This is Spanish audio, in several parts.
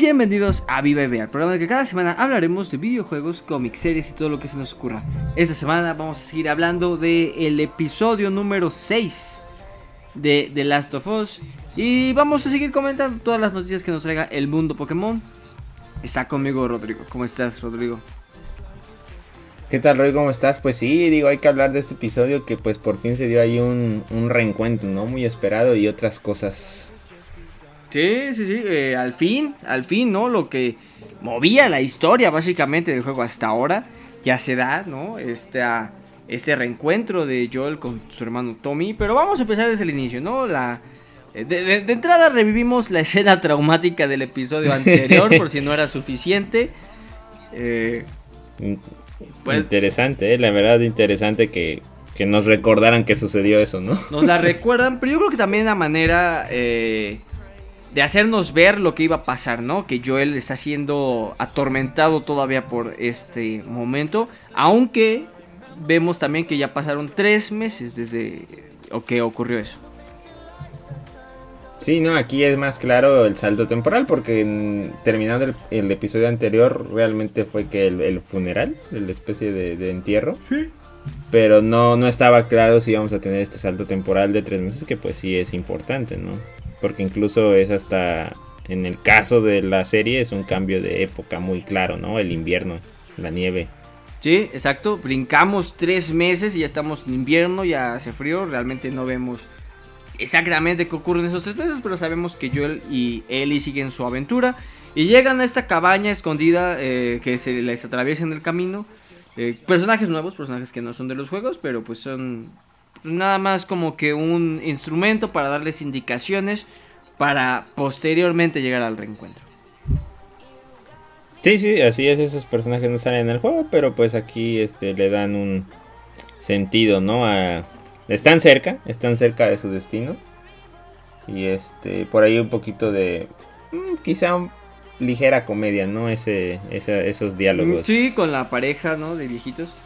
Bienvenidos a Viva y Vea, el programa en el que cada semana hablaremos de videojuegos, cómics, series y todo lo que se nos ocurra. Esta semana vamos a seguir hablando del episodio número 6 de The Last of Us. Y vamos a seguir comentando todas las noticias que nos traiga el mundo Pokémon. Está conmigo Rodrigo. ¿Cómo estás, Rodrigo? ¿Qué tal, Roy? ¿Cómo estás? Pues sí, hay que hablar de este episodio que pues por fin se dio ahí un reencuentro, ¿no? Muy esperado y otras cosas. Sí, al fin, ¿no? Lo que movía la historia básicamente del juego hasta ahora ya se da, ¿no? Este reencuentro de Joel con su hermano Tommy. Pero vamos a empezar desde el inicio, ¿no? De entrada revivimos la escena traumática del episodio anterior por si no era suficiente. Pues, interesante, la verdad interesante que nos recordaran que sucedió eso, ¿no? Nos la recuerdan, pero yo creo que también la manera de hacernos ver lo que iba a pasar, ¿no? Que Joel está siendo atormentado todavía por este momento, aunque vemos también que ya pasaron 3 meses desde que ocurrió eso. Sí, no, aquí es más claro el salto temporal porque terminando el episodio anterior realmente fue que el funeral, la especie de entierro. Sí. Pero no estaba claro si íbamos a tener este salto temporal de 3 meses, que pues sí es importante, ¿no? Porque incluso es hasta, en el caso de la serie, es un cambio de época muy claro, ¿no? El invierno, la nieve. Sí, exacto, brincamos 3 meses y ya estamos en invierno, ya hace frío, realmente no vemos exactamente qué ocurre en esos 3 meses, pero sabemos que Joel y Ellie siguen su aventura y llegan a esta cabaña escondida que se les atraviesa en el camino. Personajes nuevos, personajes que no son de los juegos, pero pues son nada más como que un instrumento para darles indicaciones para posteriormente llegar al reencuentro. Sí, así es, esos personajes no salen en el juego, pero pues aquí le dan un sentido, ¿no? Están cerca de su destino. Y por ahí un poquito de quizá ligera comedia, ¿no? Esos diálogos. Sí, con la pareja, ¿no? De viejitos.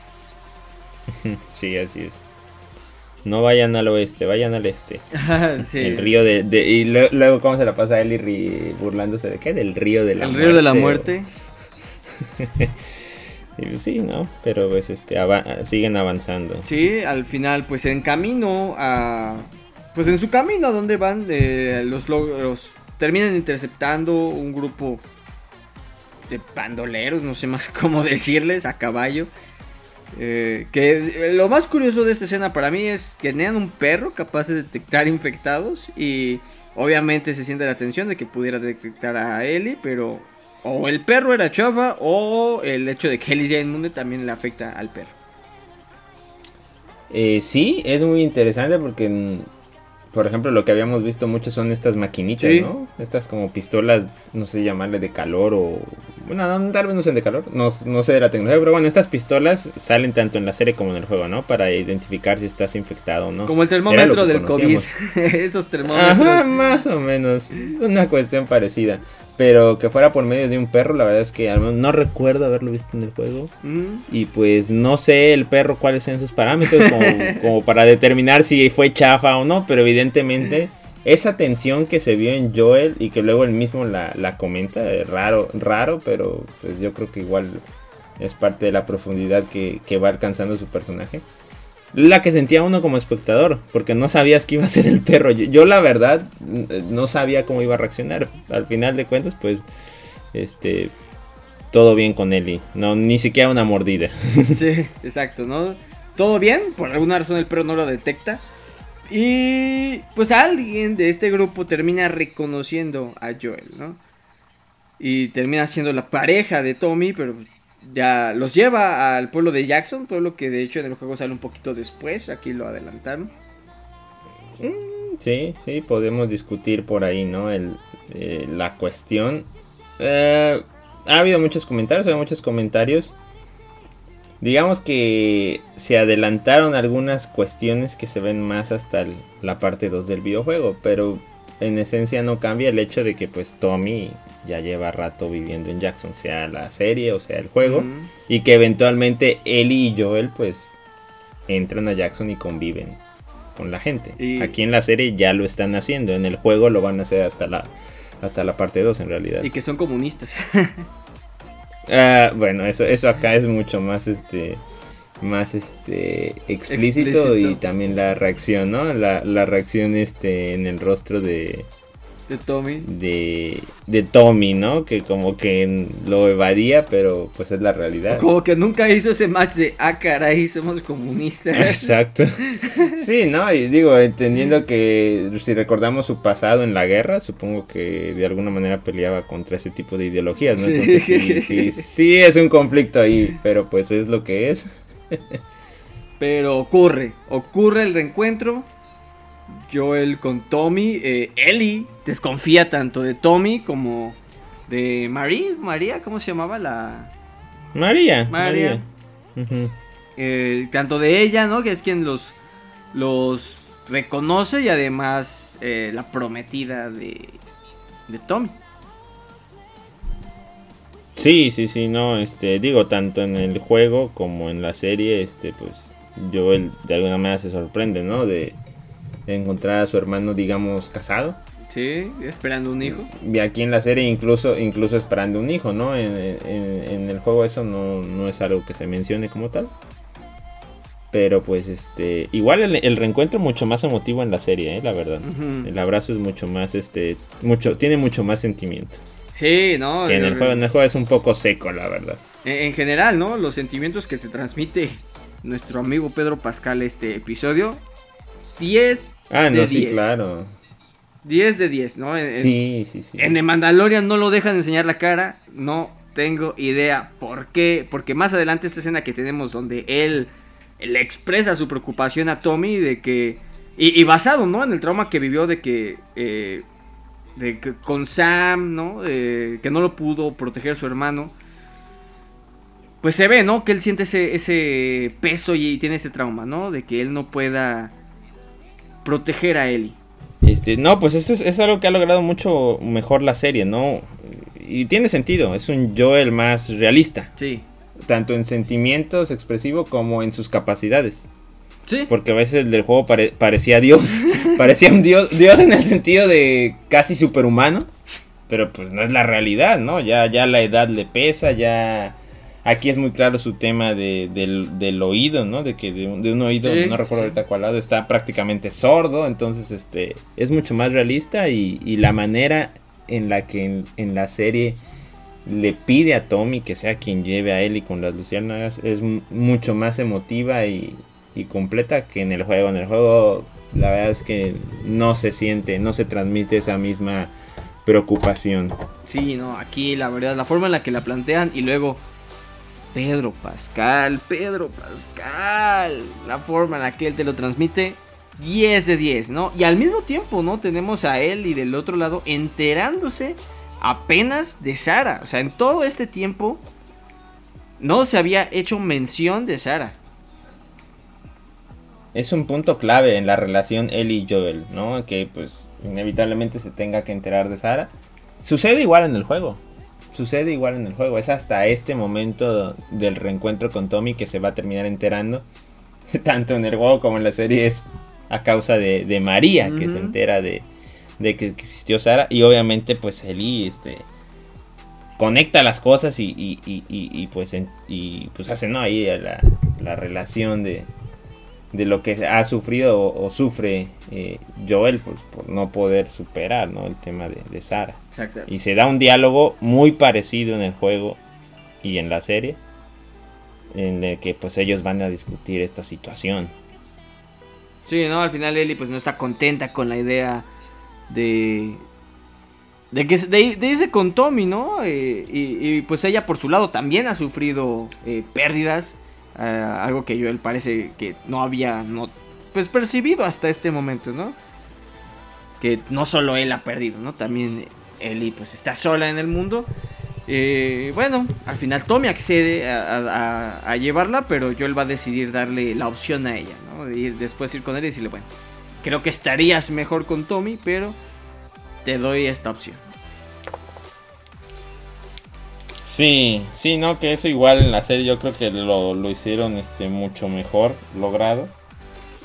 Sí, así es. No vayan al oeste, vayan al este. Sí. El río y luego cómo se la pasa Ellie burlándose de qué, del río de la muerte. El río de la muerte. Sí, ¿no? Pero pues siguen avanzando. Sí, al final pues en camino a... Pues en su camino a donde van los terminan interceptando un grupo de bandoleros, no sé más cómo decirles, a caballo. Que lo más curioso de esta escena para mí es que tenían un perro capaz de detectar infectados. Y obviamente se siente la tensión de que pudiera detectar a Ellie, pero o el perro era chafa o el hecho de que Ellie sea inmune también le afecta al perro. Sí, es muy interesante porque por ejemplo, lo que habíamos visto mucho son estas maquinitas, ¿sí? ¿No? Estas como pistolas, no sé llamarle de calor o... Bueno, no, tal vez no sean de calor, no sé de la tecnología, pero bueno, estas pistolas salen tanto en la serie como en el juego, ¿no? Para identificar si estás infectado o no. Como el termómetro del COVID. Esos termómetros. Ajá, más o menos, una cuestión parecida. Pero que fuera por medio de un perro, la verdad es que al menos no recuerdo haberlo visto en el juego. Y pues no sé el perro cuáles sean sus parámetros como para determinar si fue chafa o no. Pero evidentemente esa tensión que se vio en Joel y que luego él mismo la comenta, raro, pero pues yo creo que igual es parte de la profundidad que va alcanzando su personaje. La que sentía uno como espectador, porque no sabías que iba a ser el perro. Yo la verdad no sabía cómo iba a reaccionar. Al final de cuentas, pues, todo bien con Ellie. No, ni siquiera una mordida. Sí, exacto, ¿no? Todo bien, por alguna razón el perro no lo detecta. Y pues alguien de este grupo termina reconociendo a Joel, ¿no? Y termina siendo la pareja de Tommy, pero ya los lleva al pueblo de Jackson, pueblo que de hecho en el juego sale un poquito después, aquí lo adelantaron. Sí, podemos discutir por ahí, ¿no? La cuestión. Ha habido muchos comentarios. Digamos que se adelantaron algunas cuestiones que se ven más hasta la parte 2 del videojuego, pero en esencia no cambia el hecho de que pues Tommy ya lleva rato viviendo en Jackson, sea la serie o sea el juego, y que eventualmente Ellie y Joel pues entran a Jackson y conviven con la gente. Aquí en la serie ya lo están haciendo, en el juego lo van a hacer hasta hasta la parte 2 en realidad. Y que son comunistas. Bueno, eso acá es mucho más explícito y también la reacción, ¿no? La reacción en el rostro de Tommy. De Tommy, ¿no? Que como que lo evadía, pero pues es la realidad. Como que nunca hizo ese match de, caray, somos comunistas. Exacto. Sí, ¿no? Y digo, entendiendo que si recordamos su pasado en la guerra, supongo que de alguna manera peleaba contra ese tipo de ideologías, ¿no? Sí. Entonces sí es un conflicto ahí, pero pues es lo que es. Pero ocurre el reencuentro. Joel con Tommy. Ellie desconfía tanto de Tommy como de María, ¿cómo se llamaba la? María. Uh-huh. Tanto de ella, ¿no? Que es quien los reconoce y además la prometida de Tommy. Sí, no, digo, tanto en el juego como en la serie, pues Joel de alguna manera se sorprende, ¿no? De encontrar a su hermano, digamos, casado. Sí, esperando un hijo. Y aquí en la serie incluso esperando un hijo, ¿no? En el juego eso no es algo que se mencione como tal. Pero pues igual el reencuentro mucho más emotivo en la serie, la verdad. Uh-huh. El abrazo es mucho más tiene mucho más sentimiento. Sí, ¿no? Que en el juego es un poco seco, la verdad. En general, ¿no? Los sentimientos que te transmite nuestro amigo Pedro Pascal este episodio, 10 de 10. Sí, claro. 10 de 10, ¿no? Sí. En The Mandalorian no lo dejan enseñar la cara, no tengo idea por qué, porque más adelante esta escena que tenemos donde él le expresa su preocupación a Tommy de que, y basado, ¿no? En el trauma que vivió de que con Sam, ¿no? Que no lo pudo proteger su hermano. Pues se ve, ¿no? Que él siente ese peso y tiene ese trauma, ¿no? De que él no pueda proteger a Ellie. No, pues eso es algo que ha logrado mucho mejor la serie, ¿no? Y tiene sentido, es un Joel más realista. Sí. Tanto en sentimientos expresivo como en sus capacidades. Sí. Porque a veces el del juego parecía Dios. Parecía un Dios en el sentido de casi superhumano. Pero pues no es la realidad, ¿no? Ya la edad le pesa, ya... Aquí es muy claro su tema del oído, ¿no? De que de un oído, sí, no recuerdo ahorita cuál lado, está prácticamente sordo. Entonces, es mucho más realista y la manera en la que en la serie le pide a Tommy que sea quien lleve a Ellie con las luciérnagas es mucho más emotiva y completa que en el juego. En el juego, la verdad es que no se siente, no se transmite esa misma preocupación. Sí, no, aquí la verdad, la forma en la que la plantean y luego... Pedro Pascal, la forma en la que él te lo transmite, 10 de 10, ¿no? Y al mismo tiempo, ¿no? Tenemos a él y del otro lado enterándose apenas de Sarah. O sea, en todo este tiempo no se había hecho mención de Sarah. Es un punto clave en la relación él y Joel, ¿no? Que pues inevitablemente se tenga que enterar de Sarah. Sucede igual en el juego. Es hasta este momento del reencuentro con Tommy que se va a terminar enterando. Tanto en el juego como en la serie es a causa de María, que se entera de que existió Sarah. Y obviamente pues Ellie conecta las cosas y pues hace, ¿no? Ahí la relación de lo que ha sufrido o sufre Joel pues, por no poder superar, ¿no? El tema de Sarah. Exacto. Y se da un diálogo muy parecido en el juego y en la serie, en el que pues ellos van a discutir esta situación. Sí, no, al final Ellie pues no está contenta con la idea de irse con Tommy, ¿no? Y pues ella por su lado también ha sufrido pérdidas. Algo que Joel parece que no había pues percibido hasta este momento, ¿no? Que no solo él ha perdido, ¿no? También Ellie pues está sola en el mundo. Bueno, al final Tommy accede a llevarla, pero Joel va a decidir darle la opción a ella, ¿no? De después ir con él y decirle, bueno, creo que estarías mejor con Tommy, pero te doy esta opción. Sí, no, que eso igual en la serie yo creo que lo hicieron mucho mejor logrado.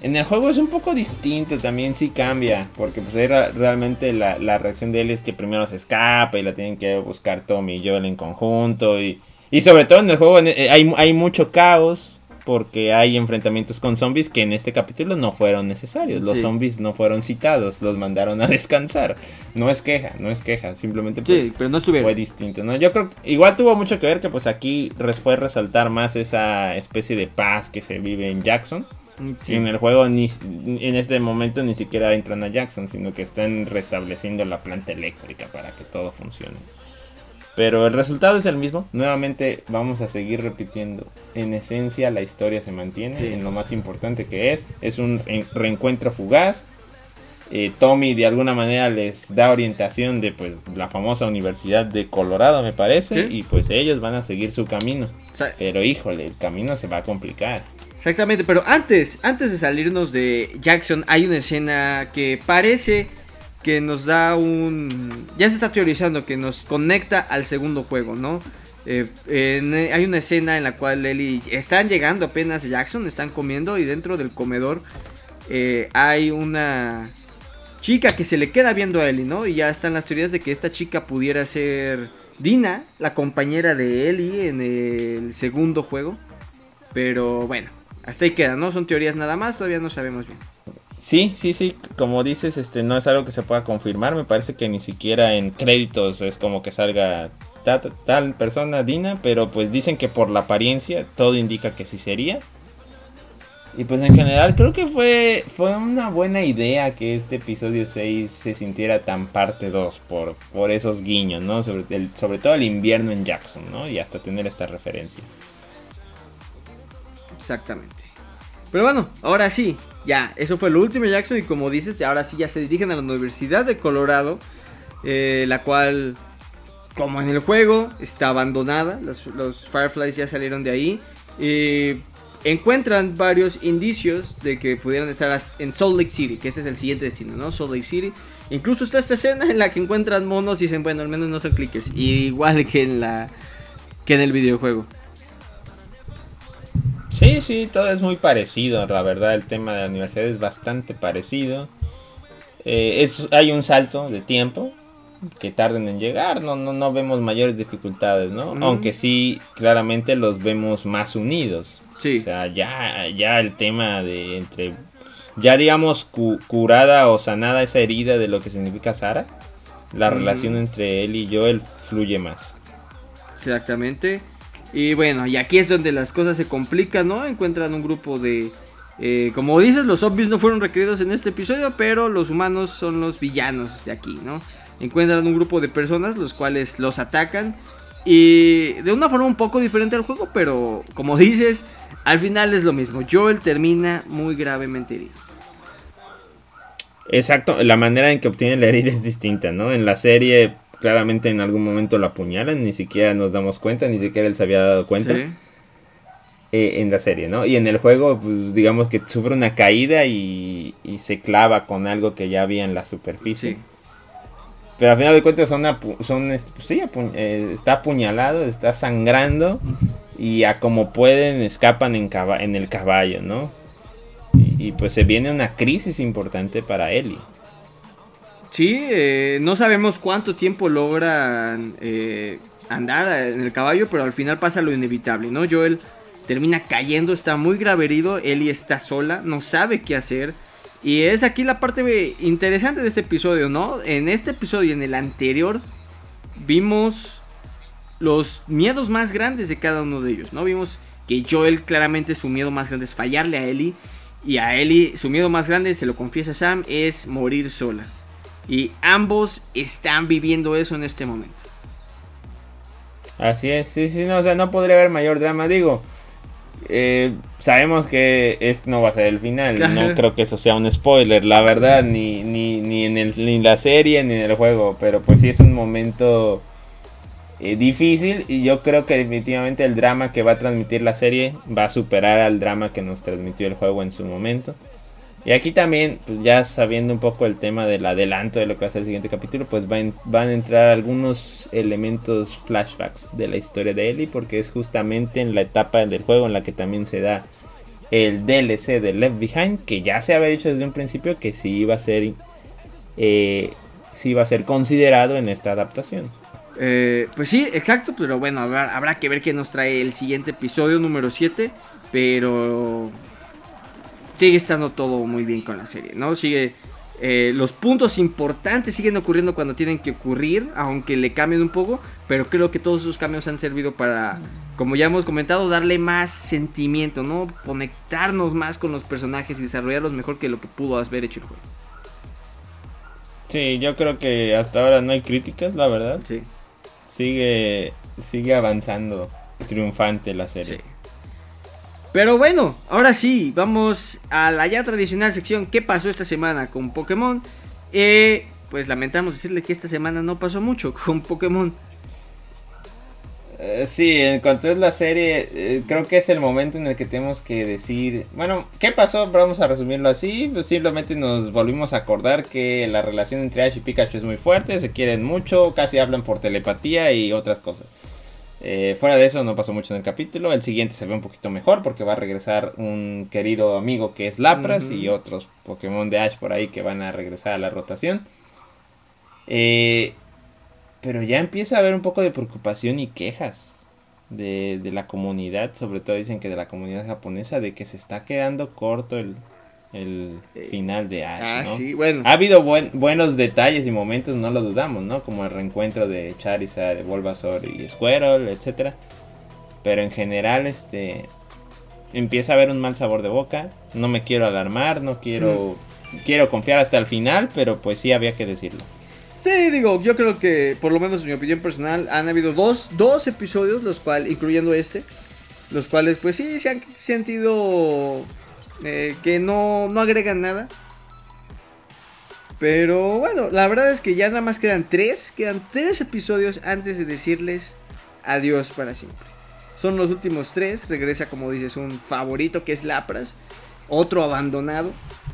En el juego es un poco distinto, también sí cambia, porque pues era realmente la reacción de él es que primero se escapa y la tienen que buscar Tommy y Joel en conjunto y sobre todo en el juego hay mucho caos porque hay enfrentamientos con zombies que en este capítulo no fueron necesarios, los zombies no fueron citados, los mandaron a descansar, no es queja, simplemente pues sí, pero no fue distinto, ¿no? Yo creo que igual tuvo mucho que ver que pues aquí fue resaltar más esa especie de paz que se vive en Jackson. Sí. En el juego en este momento ni siquiera entran a Jackson, sino que están restableciendo la planta eléctrica para que todo funcione. Pero el resultado es el mismo. Nuevamente vamos a seguir repitiendo. En esencia la historia se mantiene en lo más importante que es un reencuentro fugaz. Tommy de alguna manera les da orientación de pues la famosa Universidad de Colorado, me parece, y pues ellos van a seguir su camino. Pero híjole, el camino se va a complicar. Exactamente, pero antes de salirnos de Jackson hay una escena que parece que nos da ya se está teorizando que nos conecta al segundo juego, ¿no? Hay una escena en la cual Ellie están llegando apenas a Jackson, están comiendo y dentro del comedor hay una chica que se le queda viendo a Ellie, ¿no? Y ya están las teorías de que esta chica pudiera ser Dina, la compañera de Ellie en el segundo juego, pero bueno. Hasta ahí queda, ¿no? Son teorías nada más, todavía no sabemos bien. Sí, como dices, no es algo que se pueda confirmar, me parece que ni siquiera en créditos es como que salga tal persona, Dina, pero pues dicen que por la apariencia todo indica que sí sería. Y pues en general creo que fue una buena idea que este episodio 6 se sintiera tan parte 2 por esos guiños, ¿no? Sobre todo el invierno en Jackson, ¿no? Y hasta tener esta referencia. Exactamente. Pero bueno, ahora sí, ya, eso fue lo último de Jackson y como dices, ahora sí ya se dirigen a la Universidad de Colorado, la cual, como en el juego, está abandonada, los Fireflies ya salieron de ahí, encuentran varios indicios de que pudieran estar en Salt Lake City, que ese es el siguiente destino, ¿no? Salt Lake City. Incluso está esta escena en la que encuentran monos y dicen, bueno, al menos no son clickers, igual que en el videojuego. Sí, todo es muy parecido, la verdad el tema de la universidad es bastante parecido. Hay un salto de tiempo que tarden en llegar, no vemos mayores dificultades, ¿no? Aunque sí, claramente los vemos más unidos. Sí. O sea, ya el tema de entre, ya digamos curada o sanada esa herida de lo que significa Sarah, la relación entre él y Joel fluye más. Exactamente. Y bueno, y aquí es donde las cosas se complican, ¿no? Encuentran un grupo de... como dices, los zombies no fueron requeridos en este episodio, pero los humanos son los villanos de aquí, ¿no? Encuentran un grupo de personas, los cuales los atacan. Y de una forma un poco diferente al juego, pero como dices, al final es lo mismo. Joel termina muy gravemente herido. Exacto, la manera en que obtiene la herida es distinta, ¿no? En la serie... claramente en algún momento lo apuñalan, ni siquiera nos damos cuenta, ni siquiera él se había dado cuenta. Sí. En la serie, ¿no? Y en el juego, pues digamos que sufre una caída y se clava con algo que ya había en la superficie. Sí. Pero al final de cuentas está apuñalado, está sangrando y a como pueden escapan en el caballo, ¿no? Y pues se viene una crisis importante para Ellie. Sí, no sabemos cuánto tiempo logran andar en el caballo, pero al final pasa lo inevitable, ¿no? Joel termina cayendo, está muy grave herido, Ellie está sola, no sabe qué hacer. Y es aquí la parte interesante de este episodio, ¿no? En este episodio y en el anterior vimos los miedos más grandes de cada uno de ellos, ¿no? Vimos que Joel claramente su miedo más grande es fallarle a Ellie. Y a Ellie su miedo más grande, se lo confiesa Sam, es morir sola. Y ambos están viviendo eso en este momento. Así es, sí, no, o sea, no podría haber mayor drama, digo. Sabemos que esto no va a ser el final, no creo que eso sea un spoiler, la verdad, ni en la serie ni en el juego, pero pues sí es un momento difícil y yo creo que definitivamente el drama que va a transmitir la serie va a superar al drama que nos transmitió el juego en su momento. Y aquí también, pues ya sabiendo un poco el tema del adelanto de lo que va a ser el siguiente capítulo, pues van a entrar algunos elementos flashbacks de la historia de Ellie, porque es justamente en la etapa del juego en la que también se da el DLC de Left Behind, que ya se había dicho desde un principio que sí iba a ser considerado en esta adaptación. Pues sí, exacto, pero bueno, habrá que ver qué nos trae el siguiente episodio número 7, pero sigue estando todo muy bien con la serie, ¿no? Los puntos importantes siguen ocurriendo cuando tienen que ocurrir, aunque le cambien un poco, pero creo que todos esos cambios han servido para, como ya hemos comentado, darle más sentimiento, ¿no? Conectarnos más con los personajes y desarrollarlos mejor que lo que pudo haber hecho el juego. Sí, yo creo que hasta ahora no hay críticas, la verdad. Sí. Sigue avanzando triunfante la serie. Sí. Pero bueno, ahora sí, vamos a la ya tradicional sección ¿qué pasó esta semana con Pokémon? Pues lamentamos decirle que esta semana no pasó mucho con Pokémon. Sí, en cuanto es la serie, creo que es el momento en el que tenemos que decir, bueno, ¿qué pasó? Vamos a resumirlo así, pues simplemente nos volvimos a acordar que la relación entre Ash y Pikachu es muy fuerte, se quieren mucho, casi hablan por telepatía y otras cosas. Fuera de eso no pasó mucho en el capítulo. El siguiente se ve un poquito mejor porque va a regresar un querido amigo que es Lapras y otros Pokémon de Ash por ahí que van a regresar a la rotación. Pero ya empieza a haber un poco de preocupación y quejas de la comunidad. Sobre todo dicen que de la comunidad japonesa, de que se está quedando corto el final de Ash, ¿no? Sí, bueno. Ha habido buenos detalles y momentos, no lo dudamos, ¿no? Como el reencuentro de Charizard, Bulbasaur y Squirtle, etcétera. Pero en general, empieza a haber un mal sabor de boca. No me quiero alarmar, no quiero confiar hasta el final, pero pues sí había que decirlo. Sí, digo, yo creo que, por lo menos en mi opinión personal, han habido dos episodios, los cuales, incluyendo los cuales pues sí se han sentido que no agregan nada. Pero bueno, la verdad es que ya nada más quedan tres episodios antes de decirles adiós para siempre. Son los últimos 3, regresa como dices un favorito que es Lapras, otro abandonado.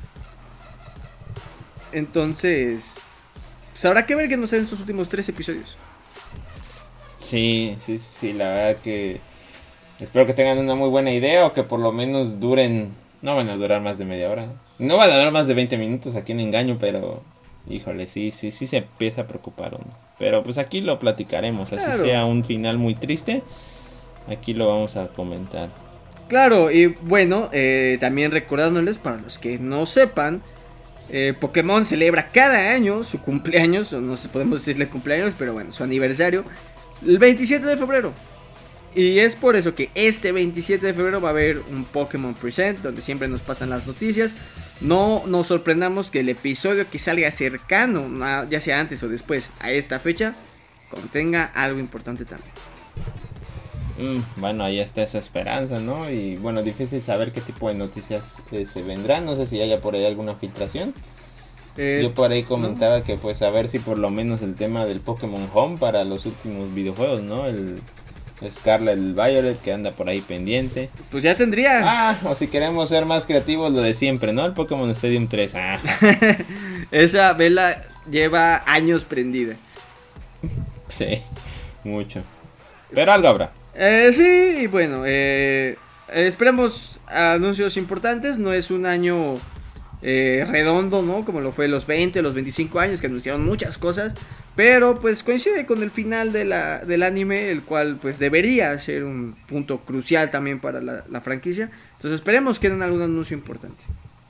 Entonces, pues habrá que ver qué nos salen estos últimos 3 episodios. Sí, la verdad que espero que tengan una muy buena idea o que por lo menos duren. No van a durar más de media hora. No van a durar más de 20 minutos aquí en Engaño, pero híjole, sí se empieza a preocupar uno. Pero pues aquí lo platicaremos, así claro. Sea un final muy triste, aquí lo vamos a comentar. Claro, y bueno, también recordándoles para los que no sepan, Pokémon celebra cada año su cumpleaños, o no sé, podemos decirle cumpleaños, pero bueno, su aniversario, el 27 de febrero. Y es por eso que este 27 de febrero va a haber un Pokémon Present, donde siempre nos pasan las noticias. No nos sorprendamos que el episodio que salga cercano, ya sea antes o después a esta fecha, contenga algo importante también. Bueno, ahí está esa esperanza, ¿no? Y bueno, difícil saber qué tipo de noticias se vendrán. No sé si haya por ahí alguna filtración. Yo por ahí comentaba que pues a ver si por lo menos el tema del Pokémon Home para los últimos videojuegos, ¿no? El Scarlet, el Violet, que anda por ahí pendiente. Pues ya tendría. O si queremos ser más creativos, lo de siempre, ¿no? El Pokémon Stadium 3. Esa vela lleva años prendida. Sí, mucho. Pero algo habrá. Sí, y bueno, esperemos anuncios importantes. No es un año redondo, ¿no? Como lo fue los 20, los 25 años, que anunciaron muchas cosas. Pero pues coincide con el final del anime, el cual pues debería ser un punto crucial también para la franquicia. Entonces esperemos que den algún anuncio importante.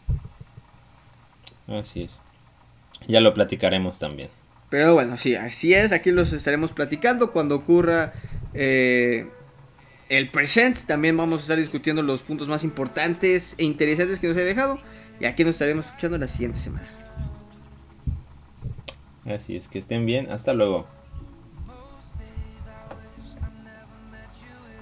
Así es. Ya lo platicaremos también. Pero bueno, sí, así es. Aquí los estaremos platicando cuando ocurra el Present. También vamos a estar discutiendo los puntos más importantes e interesantes que nos he dejado. Y aquí nos estaremos escuchando la siguiente semana. Así es, que estén bien, hasta luego.